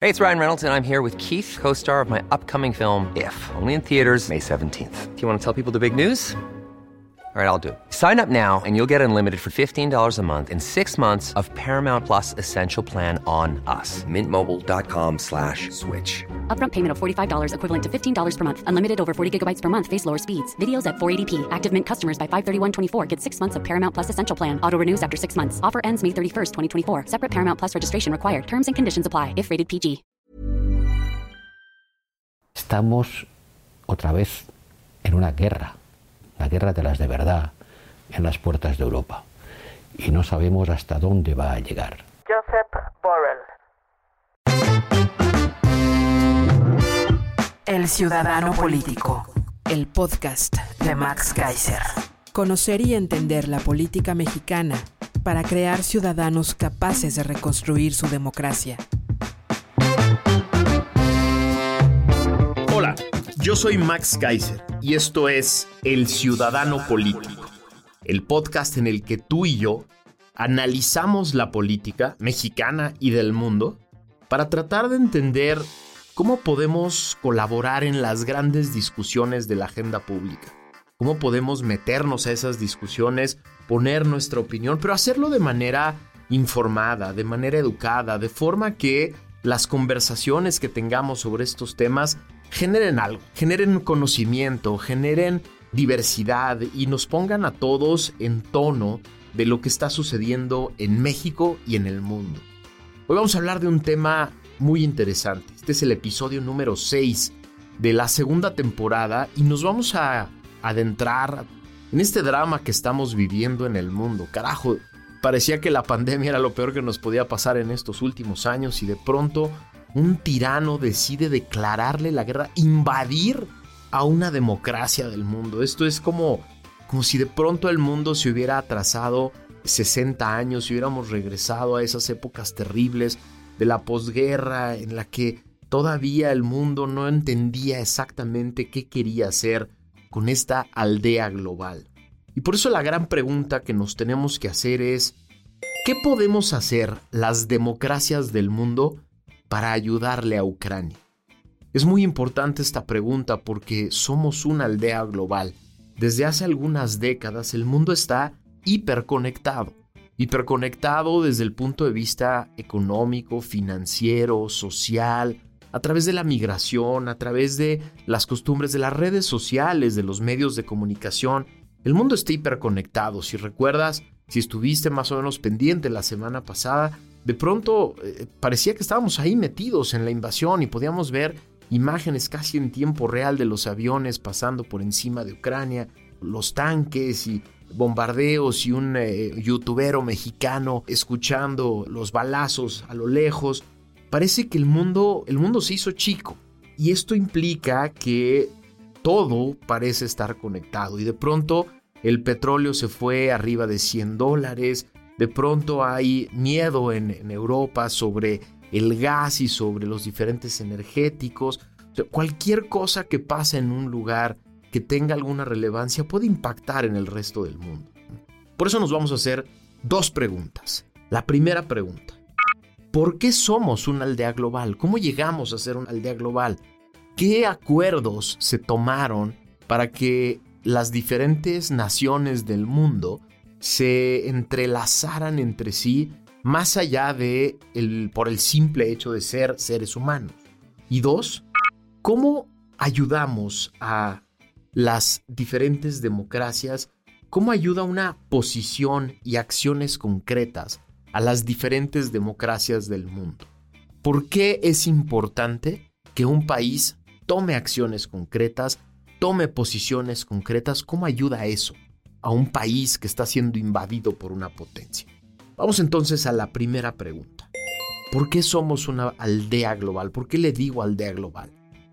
Hey, it's Ryan Reynolds, and I'm here with Keith, co-star of my upcoming film, If, only in theaters May 17th. Do you want to tell people the big news? All right, I'll do it. Sign up now and you'll get unlimited for $15 a month and 6 months of Paramount Plus Essential Plan on us. MintMobile.com/switch. Upfront payment of $45 equivalent to $15 per month. Unlimited over 40 gigabytes per month. Face lower speeds. Videos at 480p. Active Mint customers by 531.24 get 6 months of Paramount Plus Essential Plan. Auto renews after 6 months. Offer ends May 31st, 2024. Separate Paramount Plus registration required. Terms and conditions apply if rated PG. Estamos otra vez en una guerra de las de verdad, en las puertas de Europa. Y no sabemos hasta dónde va a llegar. Josep Borrell. El Ciudadano Político, el podcast de Max Kaiser. Conocer y entender la política mexicana para crear ciudadanos capaces de reconstruir su democracia. Hola, yo soy Max Kaiser y esto es El Ciudadano Político, el podcast en el que tú y yo analizamos la política mexicana y del mundo para tratar de entender cómo podemos colaborar en las grandes discusiones de la agenda pública, cómo podemos meternos a esas discusiones, poner nuestra opinión, pero hacerlo de manera informada, de manera educada, de forma que las conversaciones que tengamos sobre estos temas generen algo, generen conocimiento, generen diversidad y nos pongan a todos en tono de lo que está sucediendo en México y en el mundo. Hoy vamos a hablar de un tema muy interesante. Este es el episodio número 6 de la segunda temporada y nos vamos a adentrar en este drama que estamos viviendo en el mundo. Carajo, parecía que la pandemia era lo peor que nos podía pasar en estos últimos años y de pronto un tirano decide declararle la guerra, invadir a una democracia del mundo. Esto es como si de pronto el mundo se hubiera atrasado 60 años, si hubiéramos regresado a esas épocas terribles de la posguerra en la que todavía el mundo no entendía exactamente qué quería hacer con esta aldea global. Y por eso la gran pregunta que nos tenemos que hacer es: ¿qué podemos hacer las democracias del mundo para ayudarle a Ucrania? Es muy importante esta pregunta porque somos una aldea global. Desde hace algunas décadas el mundo está hiperconectado desde el punto de vista económico, financiero, social, a través de la migración, a través de las costumbres de las redes sociales, de los medios de comunicación. El mundo está hiperconectado. Si recuerdas, si estuviste más o menos pendiente la semana pasada, de pronto parecía que estábamos ahí metidos en la invasión y podíamos ver imágenes casi en tiempo real de los aviones pasando por encima de Ucrania, los tanques y bombardeos y un youtubero mexicano escuchando los balazos a lo lejos. Parece que el mundo se hizo chico y esto implica que todo parece estar conectado y de pronto el petróleo se fue arriba de $100, de pronto hay miedo en Europa sobre el gas y sobre los diferentes energéticos. O sea, cualquier cosa que pase en un lugar que tenga alguna relevancia puede impactar en el resto del mundo. Por eso nos vamos a hacer dos preguntas. La primera pregunta: ¿por qué somos una aldea global? ¿Cómo llegamos a ser una aldea global? ¿Qué acuerdos se tomaron para que las diferentes naciones del mundo se entrelazaran entre sí más allá de por el simple hecho de ser seres humanos? Y dos, ¿cómo ayudamos a las diferentes democracias? ¿Cómo ayuda una posición y acciones concretas a las diferentes democracias del mundo? ¿Por qué es importante que un país tome acciones concretas, tome posiciones concretas? ¿Cómo ayuda a eso a un país que está siendo invadido por una potencia? Vamos entonces a la primera pregunta. ¿Por qué somos una aldea global? ¿Por qué le digo aldea global?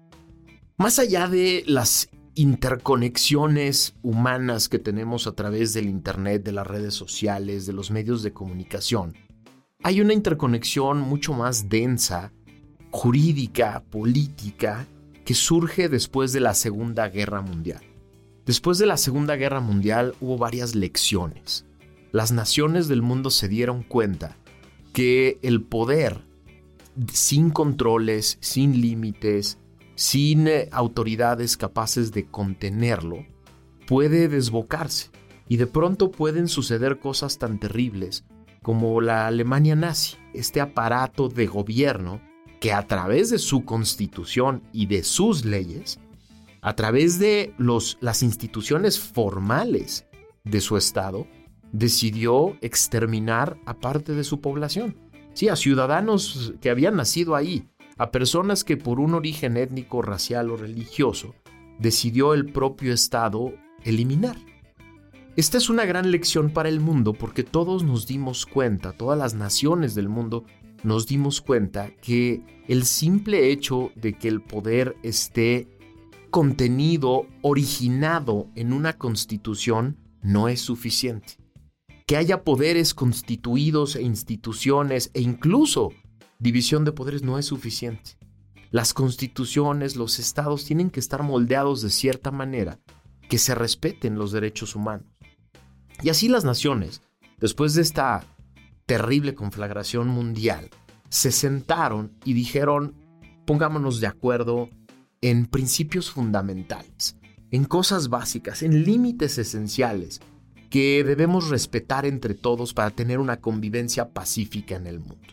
Más allá de las interconexiones humanas que tenemos a través del internet, de las redes sociales, de los medios de comunicación, hay una interconexión mucho más densa, jurídica, política, que surge después de la Segunda Guerra Mundial. Después de la Segunda Guerra Mundial hubo varias lecciones. Las naciones del mundo se dieron cuenta que el poder sin controles, sin límites, sin autoridades capaces de contenerlo, puede desbocarse. Y de pronto pueden suceder cosas tan terribles como la Alemania nazi, este aparato de gobierno que a través de su constitución y de sus leyes, a través de las instituciones formales de su estado, decidió exterminar a parte de su población. Sí, a ciudadanos que habían nacido ahí, a personas que por un origen étnico, racial o religioso, decidió el propio estado eliminar. Esta es una gran lección para el mundo porque todos nos dimos cuenta, todas las naciones del mundo nos dimos cuenta que el simple hecho de que el poder esté contenido, originado en una constitución, no es suficiente. Que haya poderes constituidos e instituciones e incluso división de poderes no es suficiente. Las constituciones, los estados tienen que estar moldeados de cierta manera que se respeten los derechos humanos. Y así las naciones, después de esta terrible conflagración mundial, se sentaron y dijeron, pongámonos de acuerdo en principios fundamentales, en cosas básicas, en límites esenciales que debemos respetar entre todos para tener una convivencia pacífica en el mundo.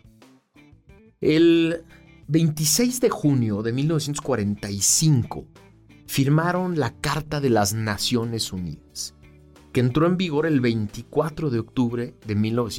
El 26 de junio de 1945 firmaron la Carta de las Naciones Unidas, que entró en vigor el 24 de octubre de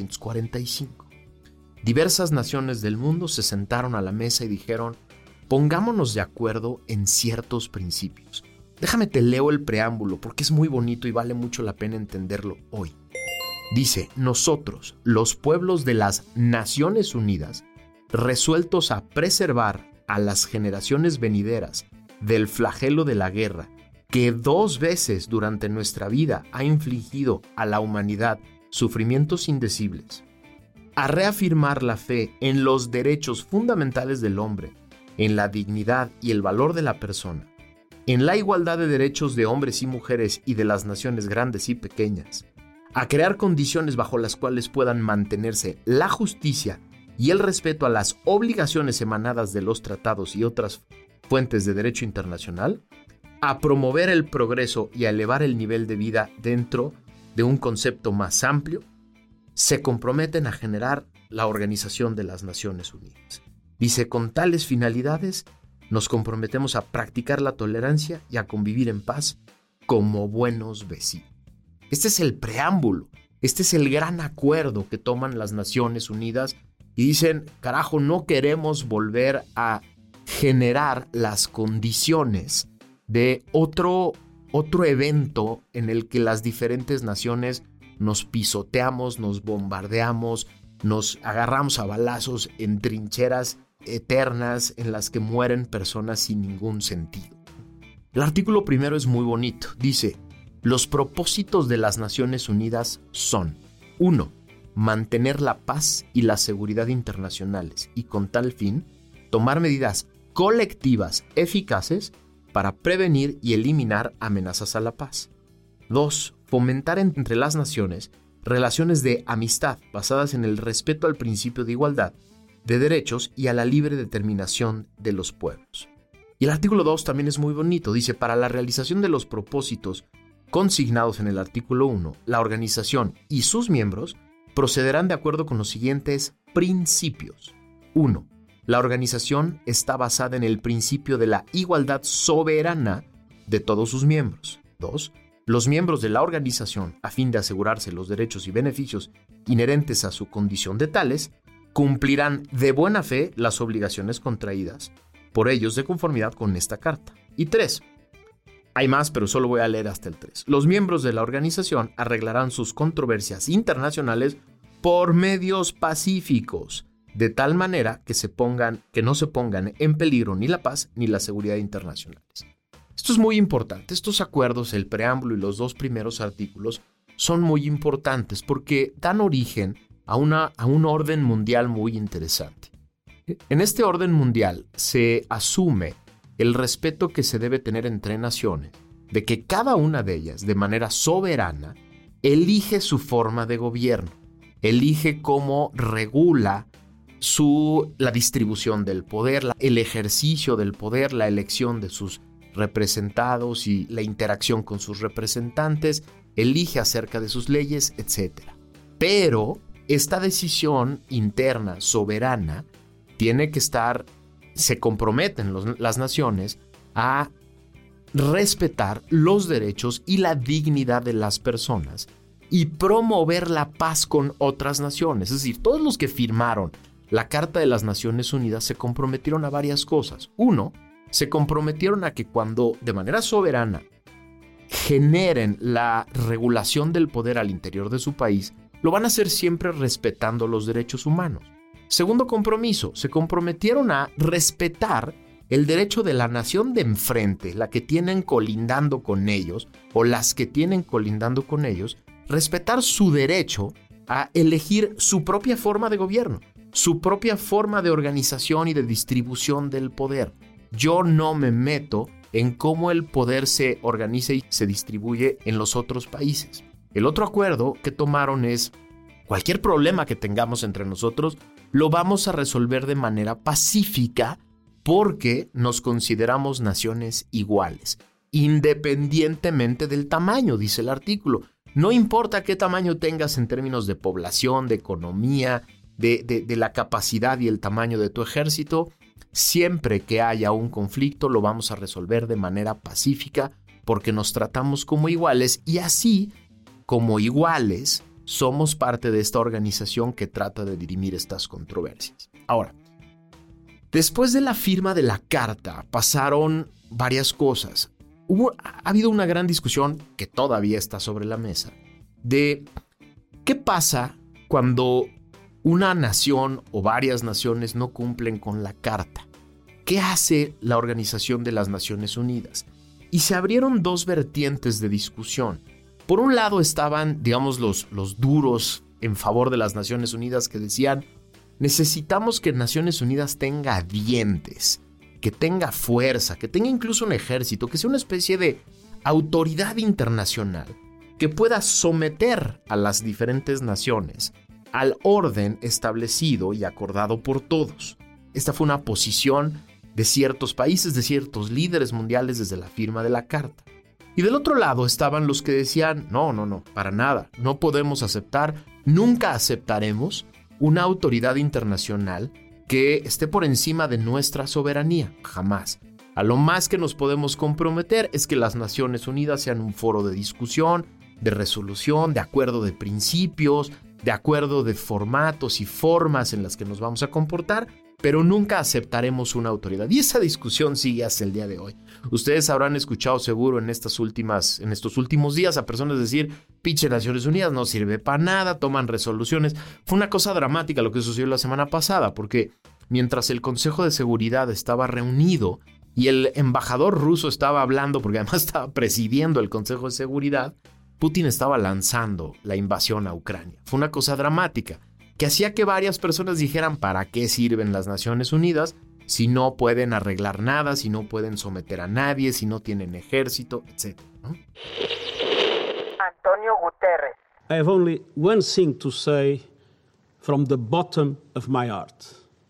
1945. Diversas naciones del mundo se sentaron a la mesa y dijeron, pongámonos de acuerdo en ciertos principios. Déjame te leo el preámbulo porque es muy bonito y vale mucho la pena entenderlo hoy. Dice, nosotros, los pueblos de las Naciones Unidas, resueltos a preservar a las generaciones venideras del flagelo de la guerra, que 2 veces durante nuestra vida ha infligido a la humanidad sufrimientos indecibles, a reafirmar la fe en los derechos fundamentales del hombre, en la dignidad y el valor de la persona, en la igualdad de derechos de hombres y mujeres y de las naciones grandes y pequeñas, a crear condiciones bajo las cuales puedan mantenerse la justicia y el respeto a las obligaciones emanadas de los tratados y otras fuentes de derecho internacional, a promover el progreso y a elevar el nivel de vida dentro de un concepto más amplio, se comprometen a generar la Organización de las Naciones Unidas. Dice, con tales finalidades nos comprometemos a practicar la tolerancia y a convivir en paz como buenos vecinos. Este es el preámbulo, este es el gran acuerdo que toman las Naciones Unidas y dicen, carajo, no queremos volver a generar las condiciones de otro evento en el que las diferentes naciones nos pisoteamos, nos bombardeamos, nos agarramos a balazos en trincheras eternas en las que mueren personas sin ningún sentido. El artículo primero es muy bonito. Dice, los propósitos de las Naciones Unidas son 1. Mantener la paz y la seguridad internacionales y con tal fin tomar medidas colectivas eficaces para prevenir y eliminar amenazas a la paz. 2. Fomentar entre las naciones relaciones de amistad basadas en el respeto al principio de igualdad, de derechos y a la libre determinación de los pueblos. Y el artículo 2 también es muy bonito. Dice, para la realización de los propósitos consignados en el artículo 1, la organización y sus miembros procederán de acuerdo con los siguientes principios. 1. La organización está basada en el principio de la igualdad soberana de todos sus miembros. 2. Los miembros de la organización, a fin de asegurarse los derechos y beneficios inherentes a su condición de tales, cumplirán de buena fe las obligaciones contraídas por ellos de conformidad con esta carta. Y 3. Hay más, pero solo voy a leer hasta el 3. Los miembros de la organización arreglarán sus controversias internacionales por medios pacíficos, de tal manera que no se pongan en peligro ni la paz ni la seguridad internacionales. Esto es muy importante. Estos acuerdos, el preámbulo y los 2 primeros artículos, son muy importantes porque dan origen a un orden mundial muy interesante. En este orden mundial se asume el respeto que se debe tener entre naciones, de que cada una de ellas, de manera soberana, elige su forma de gobierno, elige cómo regula la distribución del poder, el ejercicio del poder, la elección de sus representados y la interacción con sus representantes, elige acerca de sus leyes, etc. Pero esta decisión interna, soberana, tiene que estar, se comprometen las naciones a respetar los derechos y la dignidad de las personas y promover la paz con otras naciones. Es decir, todos los que firmaron la Carta de las Naciones Unidas se comprometieron a varias cosas. Uno, se comprometieron a que cuando de manera soberana generen la regulación del poder al interior de su país, lo van a hacer siempre respetando los derechos humanos. Segundo compromiso, se comprometieron a respetar el derecho de la nación de enfrente, la que tienen colindando con ellos, o las que tienen colindando con ellos, respetar su derecho a elegir su propia forma de gobierno, su propia forma de organización y de distribución del poder. Yo no me meto en cómo el poder se organiza y se distribuye en los otros países. El otro acuerdo que tomaron es: cualquier problema que tengamos entre nosotros lo vamos a resolver de manera pacífica porque nos consideramos naciones iguales, independientemente del tamaño, dice el artículo. No importa qué tamaño tengas en términos de población, de economía, de la capacidad y el tamaño de tu ejército, siempre que haya un conflicto lo vamos a resolver de manera pacífica porque nos tratamos como iguales y así, como iguales, somos parte de esta organización que trata de dirimir estas controversias. Ahora, después de la firma de la carta pasaron varias cosas. Ha habido una gran discusión que todavía está sobre la mesa de qué pasa cuando una nación o varias naciones no cumplen con la carta. ¿Qué hace la Organización de las Naciones Unidas? Y se abrieron dos vertientes de discusión. Por un lado estaban, digamos, los duros en favor de las Naciones Unidas que decían: necesitamos que Naciones Unidas tenga dientes, que tenga fuerza, que tenga incluso un ejército, que sea una especie de autoridad internacional que pueda someter a las diferentes naciones al orden establecido y acordado por todos. Esta fue una posición de ciertos países, de ciertos líderes mundiales desde la firma de la carta. Y del otro lado estaban los que decían: no, para nada, no podemos aceptar, nunca aceptaremos una autoridad internacional que esté por encima de nuestra soberanía, jamás. A lo más que nos podemos comprometer es que las Naciones Unidas sean un foro de discusión, de resolución, de acuerdo de principios, de acuerdo de formatos y formas en las que nos vamos a comportar, pero nunca aceptaremos una autoridad. Y esa discusión sigue hasta el día de hoy. Ustedes habrán escuchado seguro en estos últimos días a personas decir: pinche Naciones Unidas no sirve para nada, toman resoluciones. Fue una cosa dramática lo que sucedió la semana pasada, porque mientras el Consejo de Seguridad estaba reunido y el embajador ruso estaba hablando, porque además estaba presidiendo el Consejo de Seguridad, Putin estaba lanzando la invasión a Ucrania. Fue una cosa dramática que hacía que varias personas dijeran: ¿para qué sirven las Naciones Unidas si no pueden arreglar nada, si no pueden someter a nadie, si no tienen ejército, etcétera, ¿no? Antonio Guterres. I have only one thing to say from the bottom of my heart.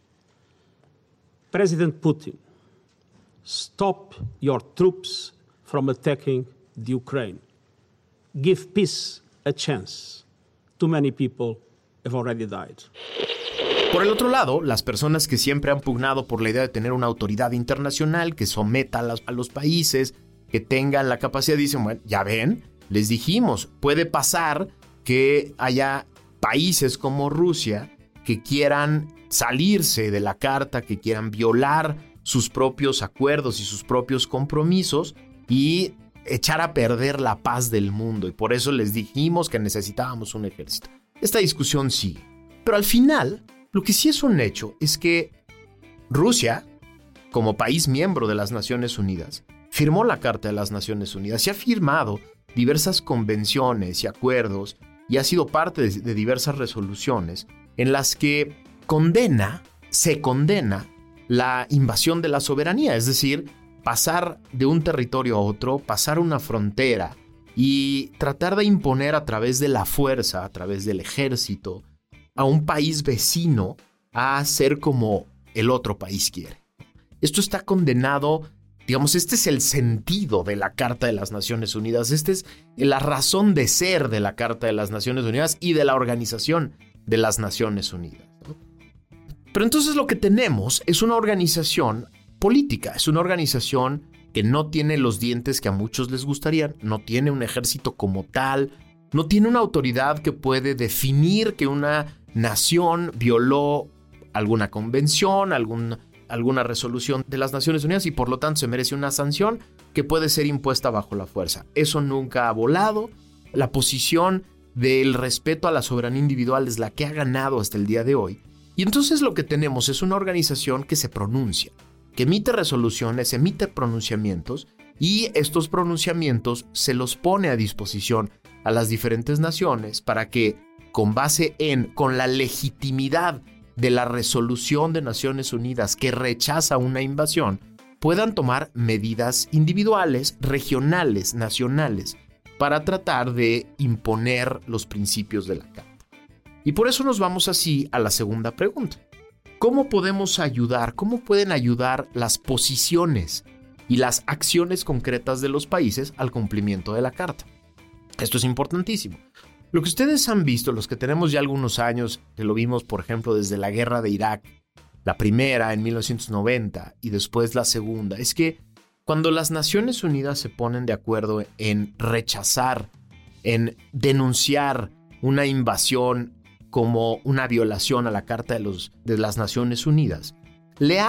President Putin, stop your troops from attacking the Ukraine. Give peace a chance. Too many people have already died. Por el otro lado, las personas que siempre han pugnado por la idea de tener una autoridad internacional que someta a los países, que tengan la capacidad, dicen: bueno, ya ven, les dijimos, puede pasar que haya países como Rusia que quieran salirse de la carta, que quieran violar sus propios acuerdos y sus propios compromisos y echar a perder la paz del mundo. Y por eso les dijimos que necesitábamos un ejército. Esta discusión sigue. Pero al final, lo que sí es un hecho es que Rusia, como país miembro de las Naciones Unidas, firmó la Carta de las Naciones Unidas y ha firmado diversas convenciones y acuerdos y ha sido parte de diversas resoluciones en las que se condena la invasión de la soberanía, es decir, pasar de un territorio a otro, pasar una frontera y tratar de imponer a través de la fuerza, a través del ejército, a un país vecino a hacer como el otro país quiere. Esto está condenado, digamos, este es el sentido de la Carta de las Naciones Unidas, esta es la razón de ser de la Carta de las Naciones Unidas y de la Organización de las Naciones Unidas, ¿no? Pero entonces lo que tenemos es una organización política, es una organización que no tiene los dientes que a muchos les gustarían, no tiene un ejército como tal, no tiene una autoridad que puede definir que una nación violó alguna convención, alguna resolución de las Naciones Unidas y por lo tanto se merece una sanción que puede ser impuesta bajo la fuerza. Eso nunca ha volado. La posición del respeto a la soberanía individual es la que ha ganado hasta el día de hoy. Y entonces lo que tenemos es una organización que se pronuncia, que emite resoluciones, emite pronunciamientos y estos pronunciamientos se los pone a disposición a las diferentes naciones para que con la legitimidad de la resolución de Naciones Unidas que rechaza una invasión, puedan tomar medidas individuales, regionales, nacionales, para tratar de imponer los principios de la Carta. Y por eso nos vamos así a la segunda pregunta. ¿Cómo podemos ayudar? ¿Cómo pueden ayudar las posiciones y las acciones concretas de los países al cumplimiento de la Carta? Esto es importantísimo. Lo que ustedes han visto, los que tenemos ya algunos años, que lo vimos, por ejemplo, desde la guerra de Irak, la primera en 1990 y después la segunda, es que cuando las Naciones Unidas se ponen de acuerdo en rechazar, en denunciar una invasión como una violación a la Carta de las Naciones Unidas, le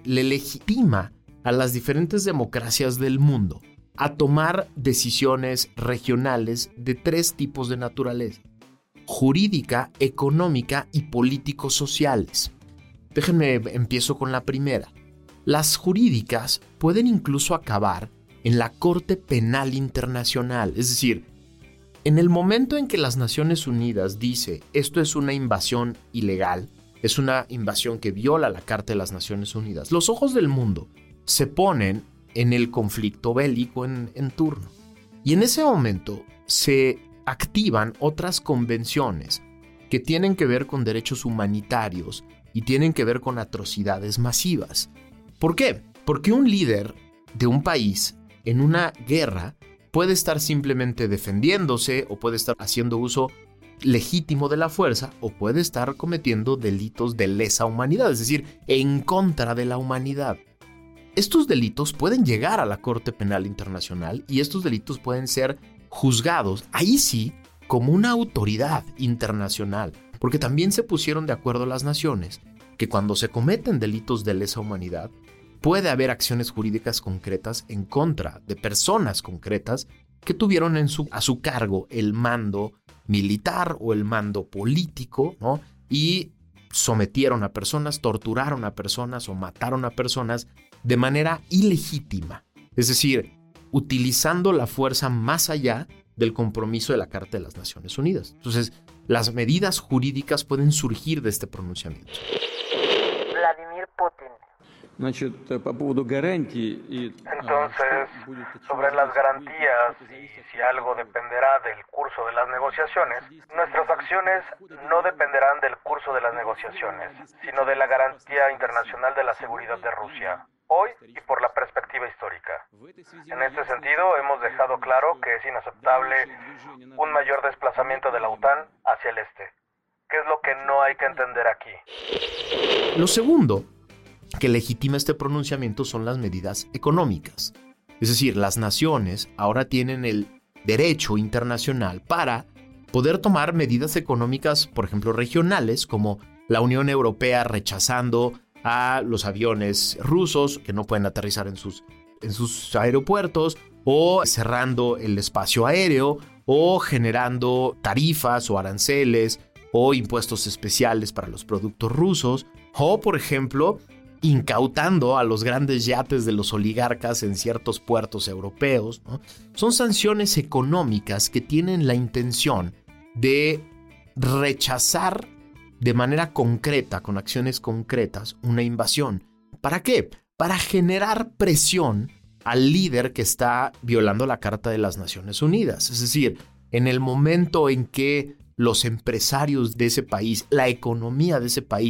legitima a las diferentes democracias del mundo a tomar decisiones regionales de 3 tipos de naturaleza: jurídica, económica y político-sociales. Déjenme empiezo con la primera. Las jurídicas pueden incluso acabar en la Corte Penal Internacional, es decir, en el momento en que las Naciones Unidas dice esto es una invasión ilegal, es una invasión que viola la Carta de las Naciones Unidas, los ojos del mundo se ponen en el conflicto bélico en turno. Y en ese momento se activan otras convenciones que tienen que ver con derechos humanitarios y tienen que ver con atrocidades masivas. ¿Por qué? Porque un líder de un país en una guerra puede estar simplemente defendiéndose o puede estar haciendo uso legítimo de la fuerza o puede estar cometiendo delitos de lesa humanidad, es decir, en contra de la humanidad. Estos delitos pueden llegar a la Corte Penal Internacional y estos delitos pueden ser juzgados, ahí sí, como una autoridad internacional, porque también se pusieron de acuerdo las naciones que cuando se cometen delitos de lesa humanidad, puede haber acciones jurídicas concretas en contra de personas concretas que tuvieron a su cargo el mando militar o el mando político, ¿no? Y sometieron a personas, torturaron a personas o mataron a personas de manera ilegítima, es decir, utilizando la fuerza más allá del compromiso de la Carta de las Naciones Unidas. Entonces, las medidas jurídicas pueden surgir de este pronunciamiento. Vladimir Putin. Entonces, sobre las garantías y si algo dependerá del curso de las negociaciones, nuestras acciones no dependerán del curso de las negociaciones, sino de la garantía internacional de la seguridad de Rusia, hoy y por la perspectiva histórica. En este sentido, hemos dejado claro que es inaceptable un mayor desplazamiento de la OTAN hacia el este, que es lo que no hay que entender aquí. Lo segundo que legitima este pronunciamiento son las medidas económicas. Es decir, las naciones ahora tienen el derecho internacional para poder tomar medidas económicas, por ejemplo, regionales, como la Unión Europea rechazando a los aviones rusos que no pueden aterrizar en sus aeropuertos, o cerrando el espacio aéreo, o generando tarifas o aranceles o impuestos especiales para los productos rusos, o, por ejemplo, incautando a los grandes yates de los oligarcas en ciertos puertos europeos, ¿no? Son sanciones económicas que tienen la intención de rechazar de manera concreta, con acciones concretas, una invasión. ¿Para qué? Para generar presión al líder que está violando la Carta de las Naciones Unidas. Es decir, en el momento en que los empresarios de ese país, la economía de ese país,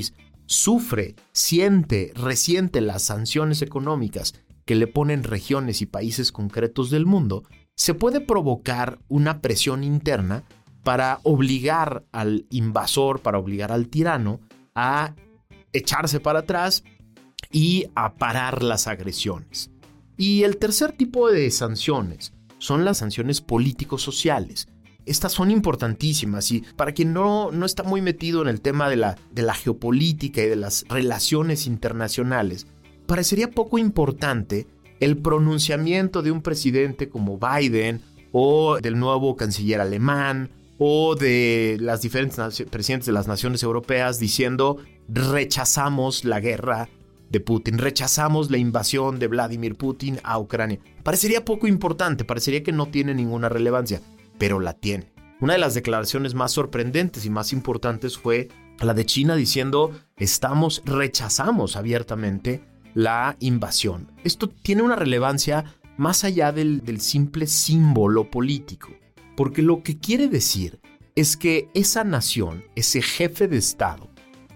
resiente las sanciones económicas que le ponen regiones y países concretos del mundo, se puede provocar una presión interna para obligar al invasor, para obligar al tirano a echarse para atrás y a parar las agresiones. Y el tercer tipo de sanciones son las sanciones político-sociales. Estas son importantísimas y para quien no está muy metido en el tema de la geopolítica y de las relaciones internacionales, parecería poco importante el pronunciamiento de un presidente como Biden o del nuevo canciller alemán o de las diferentes presidentes de las naciones europeas diciendo rechazamos la guerra de Putin, rechazamos la invasión de Vladimir Putin a Ucrania. Parecería poco importante, parecería que no tiene ninguna relevancia, pero la tiene. Una de las declaraciones más sorprendentes y más importantes fue la de China diciendo rechazamos abiertamente la invasión. Esto tiene una relevancia más allá del simple símbolo político, porque lo que quiere decir es que esa nación, ese jefe de Estado,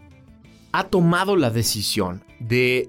ha tomado la decisión de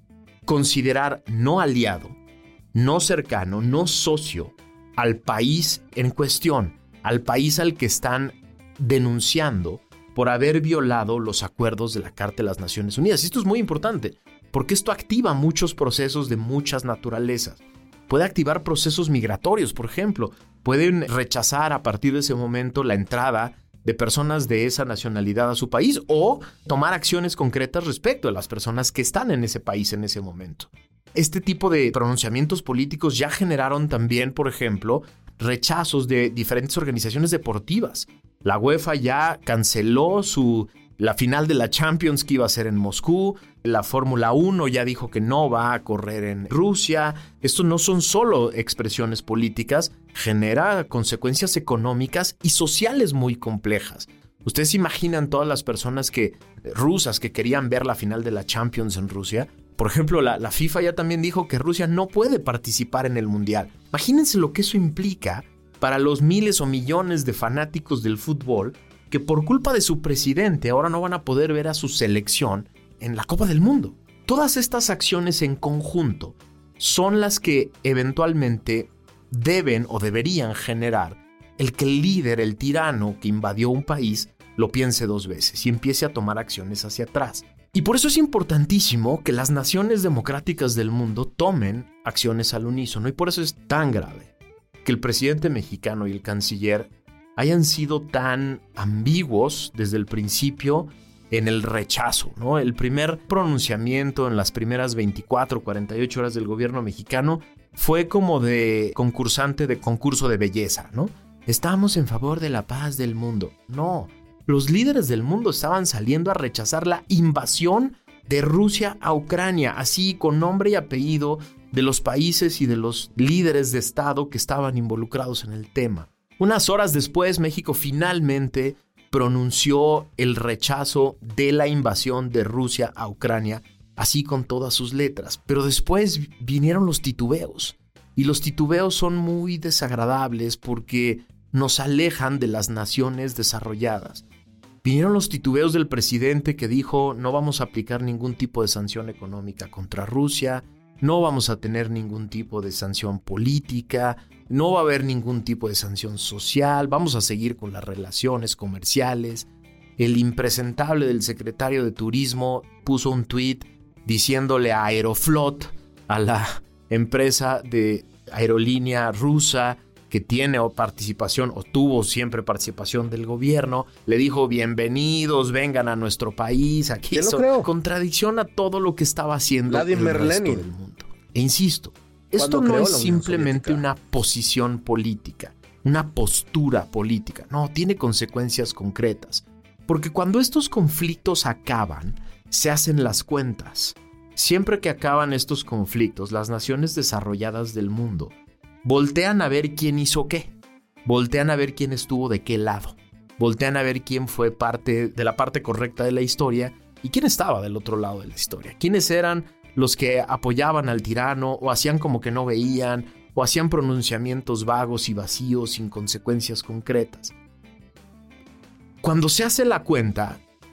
considerar no aliado, no cercano, no socio al país en cuestión, al país al que están denunciando por haber violado los acuerdos de la Carta de las Naciones Unidas. Y esto es muy importante, porque esto activa muchos procesos de muchas naturalezas. Puede activar procesos migratorios, por ejemplo. Pueden rechazar a partir de ese momento la entrada de personas de esa nacionalidad a su país o tomar acciones concretas respecto a las personas que están en ese país en ese momento. Este tipo de pronunciamientos políticos ya generaron también, por ejemplo, rechazos de diferentes organizaciones deportivas. La UEFA ya canceló la final de la Champions que iba a ser en Moscú. La Fórmula 1 ya dijo que no va a correr en Rusia. Esto no son solo expresiones políticas, genera consecuencias económicas y sociales muy complejas. ¿Ustedes imaginan todas las personas rusas que querían ver la final de la Champions en Rusia? Por ejemplo, la FIFA ya también dijo que Rusia no puede participar en el Mundial. Imagínense lo que eso implica para los miles o millones de fanáticos del fútbol que por culpa de su presidente ahora no van a poder ver a su selección en la Copa del Mundo. Todas estas acciones en conjunto son las que eventualmente deben o deberían generar el que el líder, el tirano que invadió un país, lo piense dos veces y empiece a tomar acciones hacia atrás. Y por eso es importantísimo que las naciones democráticas del mundo tomen acciones al unísono, y por eso es tan grave que el presidente mexicano y el canciller hayan sido tan ambiguos desde el principio en el rechazo, ¿no? El primer pronunciamiento en las primeras 24 o 48 horas del gobierno mexicano fue como de concursante de concurso de belleza, ¿no? Estamos en favor de la paz del mundo. No, los líderes del mundo estaban saliendo a rechazar la invasión de Rusia a Ucrania, así con nombre y apellido de los países y de los líderes de Estado que estaban involucrados en el tema. Unas horas después, México finalmente pronunció el rechazo de la invasión de Rusia a Ucrania, así con todas sus letras. Pero después vinieron los titubeos. Y los titubeos son muy desagradables porque nos alejan de las naciones desarrolladas. Vinieron los titubeos del presidente que dijo: no vamos a aplicar ningún tipo de sanción económica contra Rusia, no vamos a tener ningún tipo de sanción política, no va a haber ningún tipo de sanción social, vamos a seguir con las relaciones comerciales. El impresentable del secretario de Turismo puso un tuit diciéndole a Aeroflot, a la empresa de aerolínea rusa que tiene participación o tuvo siempre participación del gobierno, le dijo: bienvenidos, vengan a nuestro país, aquí contradicción a todo lo que estaba haciendo el resto del mundo. E insisto, esto no es simplemente una posición política, una postura política, no, tiene consecuencias concretas, porque cuando estos conflictos acaban, se hacen las cuentas. Siempre que acaban estos conflictos, las naciones desarrolladas del mundo voltean a ver quién hizo qué, voltean a ver quién estuvo de qué lado, voltean a ver quién fue parte de la parte correcta de la historia y quién estaba del otro lado de la historia, quiénes eran los que apoyaban al tirano o hacían como que no veían o hacían pronunciamientos vagos y vacíos sin consecuencias concretas. Cuando se hace la cuenta,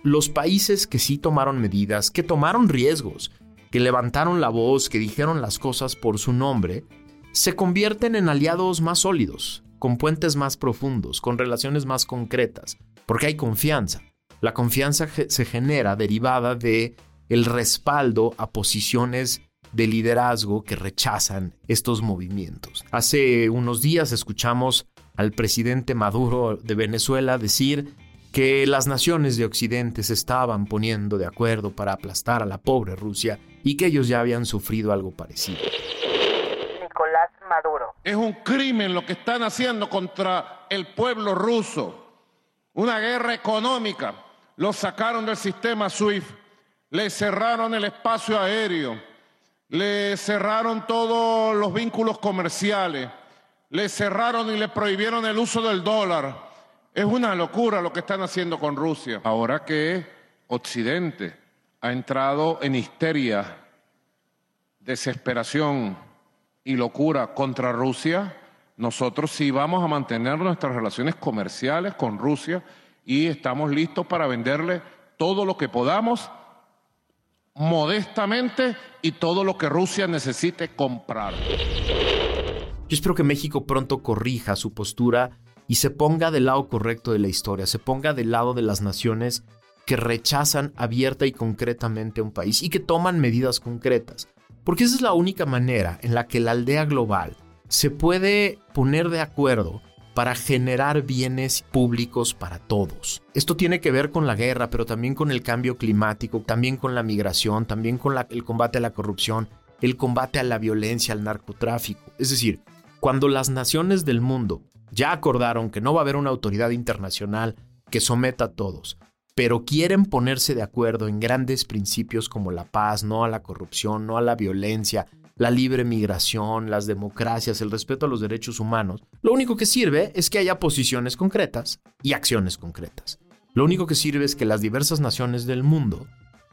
los países que sí tomaron medidas, que tomaron riesgos, que levantaron la voz, que dijeron las cosas por su nombre, se convierten en aliados más sólidos, con puentes más profundos, con relaciones más concretas, porque hay confianza. La confianza se genera derivada de el respaldo a posiciones de liderazgo que rechazan estos movimientos. Hace unos días escuchamos al presidente Maduro de Venezuela decir que las naciones de Occidente se estaban poniendo de acuerdo para aplastar a la pobre Rusia y que ellos ya habían sufrido algo parecido. Nicolás Maduro. Es un crimen lo que están haciendo contra el pueblo ruso. Una guerra económica. Los sacaron del sistema SWIFT. Le cerraron el espacio aéreo. Le cerraron todos los vínculos comerciales. Le cerraron y le prohibieron el uso del dólar. Es una locura lo que están haciendo con Rusia. Ahora que Occidente ha entrado en histeria, desesperación y locura contra Rusia, nosotros sí vamos a mantener nuestras relaciones comerciales con Rusia y estamos listos para venderle todo lo que podamos modestamente y todo lo que Rusia necesite comprar. Yo espero que México pronto corrija su postura y se ponga del lado correcto de la historia, se ponga del lado de las naciones que rechazan abierta y concretamente a un país y que toman medidas concretas. Porque esa es la única manera en la que la aldea global se puede poner de acuerdo para generar bienes públicos para todos. Esto tiene que ver con la guerra, pero también con el cambio climático, también con la migración, también con el combate a la corrupción, el combate a la violencia, al narcotráfico. Es decir, cuando las naciones del mundo ya acordaron que no va a haber una autoridad internacional que someta a todos, pero quieren ponerse de acuerdo en grandes principios como la paz, no a la corrupción, no a la violencia, la libre migración, las democracias, el respeto a los derechos humanos, lo único que sirve es que haya posiciones concretas y acciones concretas. Lo único que sirve es que las diversas naciones del mundo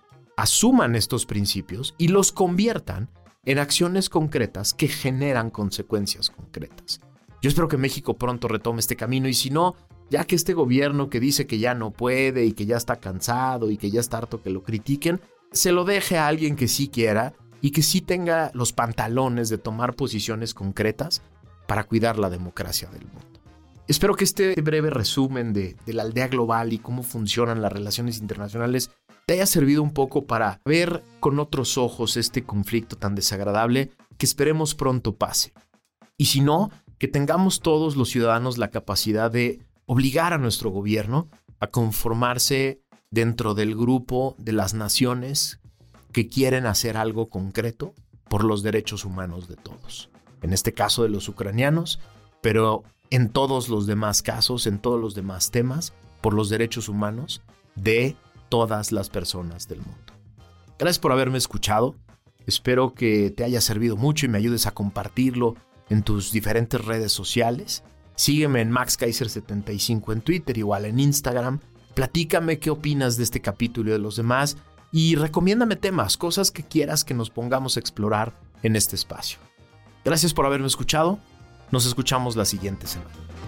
asuman estos principios y los conviertan en acciones concretas que generan consecuencias concretas. Yo espero que México pronto retome este camino y si no, ya que este gobierno que dice que ya no puede y que ya está cansado y que ya está harto que lo critiquen, se lo deje a alguien que sí quiera y que sí tenga los pantalones de tomar posiciones concretas para cuidar la democracia del mundo. Espero que este breve resumen de la aldea global y cómo funcionan las relaciones internacionales te haya servido un poco para ver con otros ojos este conflicto tan desagradable que esperemos pronto pase. Y si no, que tengamos todos los ciudadanos la capacidad de obligar a nuestro gobierno a conformarse dentro del grupo de las naciones que quieren hacer algo concreto por los derechos humanos de todos. En este caso de los ucranianos, pero en todos los demás casos, en todos los demás temas, por los derechos humanos de todas las personas del mundo. Gracias por haberme escuchado. Espero que te haya servido mucho y me ayudes a compartirlo en tus diferentes redes sociales. Sígueme en MaxKaiser75 en Twitter, igual en Instagram. Platícame qué opinas de este capítulo y de los demás y recomiéndame temas, cosas que quieras que nos pongamos a explorar en este espacio. Gracias por haberme escuchado. Nos escuchamos la siguiente semana.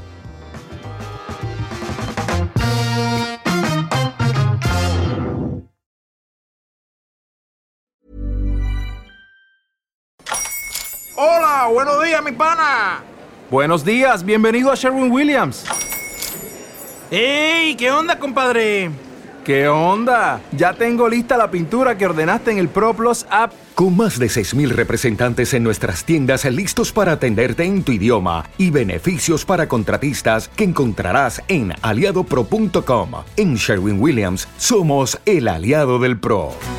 Hola, buenos días, mi pana. Buenos días, bienvenido a Sherwin-Williams. ¡Ey! ¿Qué onda, compadre? ¿Qué onda? Ya tengo lista la pintura que ordenaste en el ProPlus app. Con más de 6,000 representantes en nuestras tiendas listos para atenderte en tu idioma y beneficios para contratistas que encontrarás en aliadopro.com. En Sherwin-Williams somos el aliado del pro.